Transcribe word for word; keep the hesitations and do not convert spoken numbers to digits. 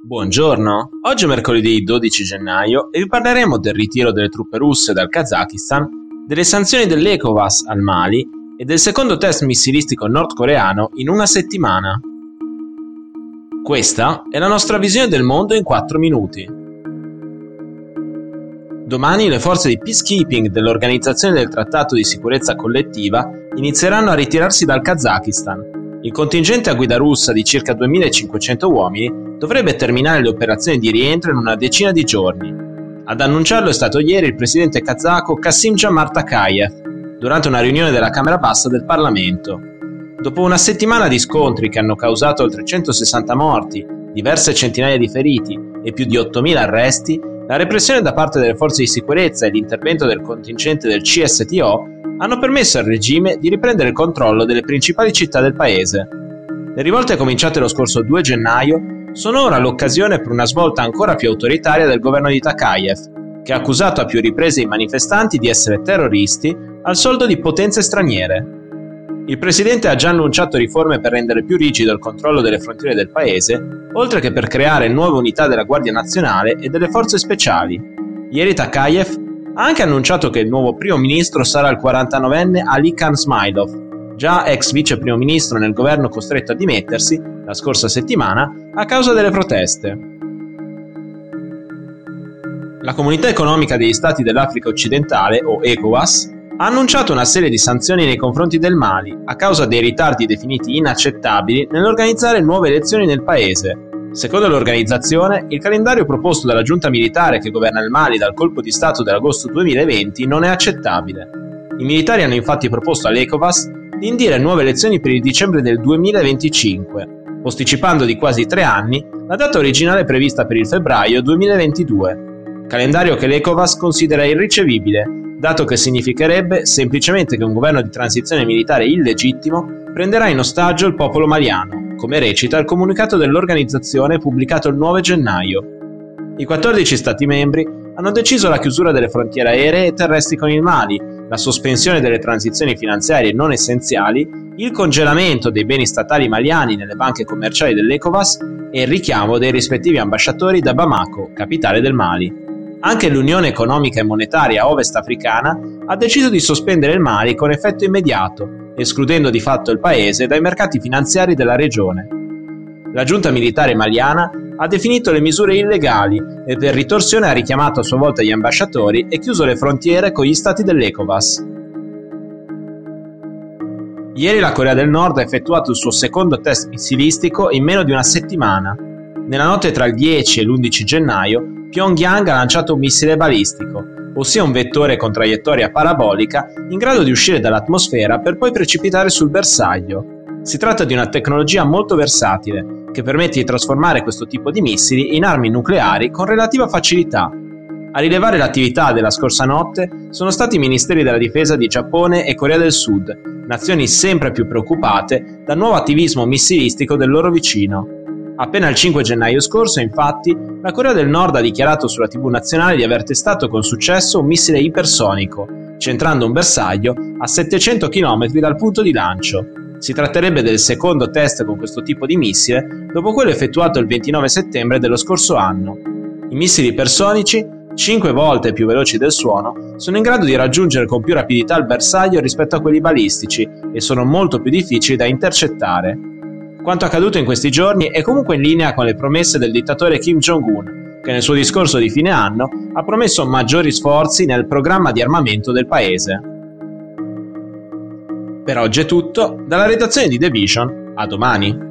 Buongiorno, oggi è mercoledì dodici gennaio e vi parleremo del ritiro delle truppe russe dal Kazakistan, delle sanzioni dell'ECOWAS al Mali e del secondo test missilistico nordcoreano in una settimana. Questa è la nostra visione del mondo in quattro minuti. Domani le forze di peacekeeping dell'Organizzazione del Trattato di Sicurezza Collettiva inizieranno a ritirarsi dal Kazakistan. Il contingente a guida russa di circa duemilacinquecento uomini dovrebbe terminare le operazioni di rientro in una decina di giorni. Ad annunciarlo è stato ieri il presidente kazako Kassym-Jomart Tokayev durante una riunione della Camera Bassa del Parlamento. Dopo una settimana di scontri che hanno causato oltre centosessanta morti, diverse centinaia di feriti e più di ottomila arresti, la repressione da parte delle forze di sicurezza e l'intervento del contingente del C S T O hanno permesso al regime di riprendere il controllo delle principali città del paese. Le rivolte cominciate lo scorso due gennaio sono ora l'occasione per una svolta ancora più autoritaria del governo di Tokayev, che ha accusato a più riprese i manifestanti di essere terroristi al soldo di potenze straniere. Il presidente ha già annunciato riforme per rendere più rigido il controllo delle frontiere del paese, oltre che per creare nuove unità della Guardia Nazionale e delle forze speciali. Ieri Tokayev ha anche annunciato che il nuovo primo ministro sarà il quarantanovenne Ali Khan Smailov, già ex vice primo ministro nel governo costretto a dimettersi la scorsa settimana a causa delle proteste. La Comunità Economica degli Stati dell'Africa Occidentale, o ECOWAS, ha annunciato una serie di sanzioni nei confronti del Mali a causa dei ritardi definiti inaccettabili nell'organizzare nuove elezioni nel paese. Secondo l'organizzazione, il calendario proposto dalla giunta militare che governa il Mali dal colpo di stato dell'agosto duemilaventi non è accettabile. I militari hanno infatti proposto all'ECOWAS di indire nuove elezioni per il dicembre del duemilaventicinque, posticipando di quasi tre anni la data originale prevista per il febbraio duemilaventidue, calendario che l'ECOWAS considera irricevibile, dato che significherebbe semplicemente che un governo di transizione militare illegittimo prenderà in ostaggio il popolo maliano, come recita il comunicato dell'organizzazione pubblicato il nove gennaio. I quattordici Stati membri hanno deciso la chiusura delle frontiere aeree e terrestri con il Mali, la sospensione delle transizioni finanziarie non essenziali, il congelamento dei beni statali maliani nelle banche commerciali dell'ECOWAS e il richiamo dei rispettivi ambasciatori da Bamako, capitale del Mali. Anche l'Unione Economica e Monetaria Ovest Africana ha deciso di sospendere il Mali con effetto immediato, escludendo di fatto il paese dai mercati finanziari della regione. La giunta militare maliana ha definito le misure illegali e per ritorsione ha richiamato a sua volta gli ambasciatori e chiuso le frontiere con gli stati dell'ECOWAS. Ieri la Corea del Nord ha effettuato il suo secondo test missilistico in meno di una settimana. Nella notte tra il dieci e l'undici gennaio, Pyongyang ha lanciato un missile balistico, ossia un vettore con traiettoria parabolica in grado di uscire dall'atmosfera per poi precipitare sul bersaglio. Si tratta di una tecnologia molto versatile, che permette di trasformare questo tipo di missili in armi nucleari con relativa facilità. A rilevare l'attività della scorsa notte sono stati i ministeri della difesa di Giappone e Corea del Sud, nazioni sempre più preoccupate dal nuovo attivismo missilistico del loro vicino. Appena il cinque gennaio scorso, infatti, la Corea del Nord ha dichiarato sulla tivù nazionale di aver testato con successo un missile ipersonico, centrando un bersaglio a settecento chilometri dal punto di lancio. Si tratterebbe del secondo test con questo tipo di missile, dopo quello effettuato il ventinove settembre dello scorso anno. I missili ipersonici, cinque volte più veloci del suono, sono in grado di raggiungere con più rapidità il bersaglio rispetto a quelli balistici e sono molto più difficili da intercettare. Quanto accaduto in questi giorni è comunque in linea con le promesse del dittatore Kim Jong-un, che nel suo discorso di fine anno ha promesso maggiori sforzi nel programma di armamento del paese. Per oggi è tutto, dalla redazione di The Vision, a domani!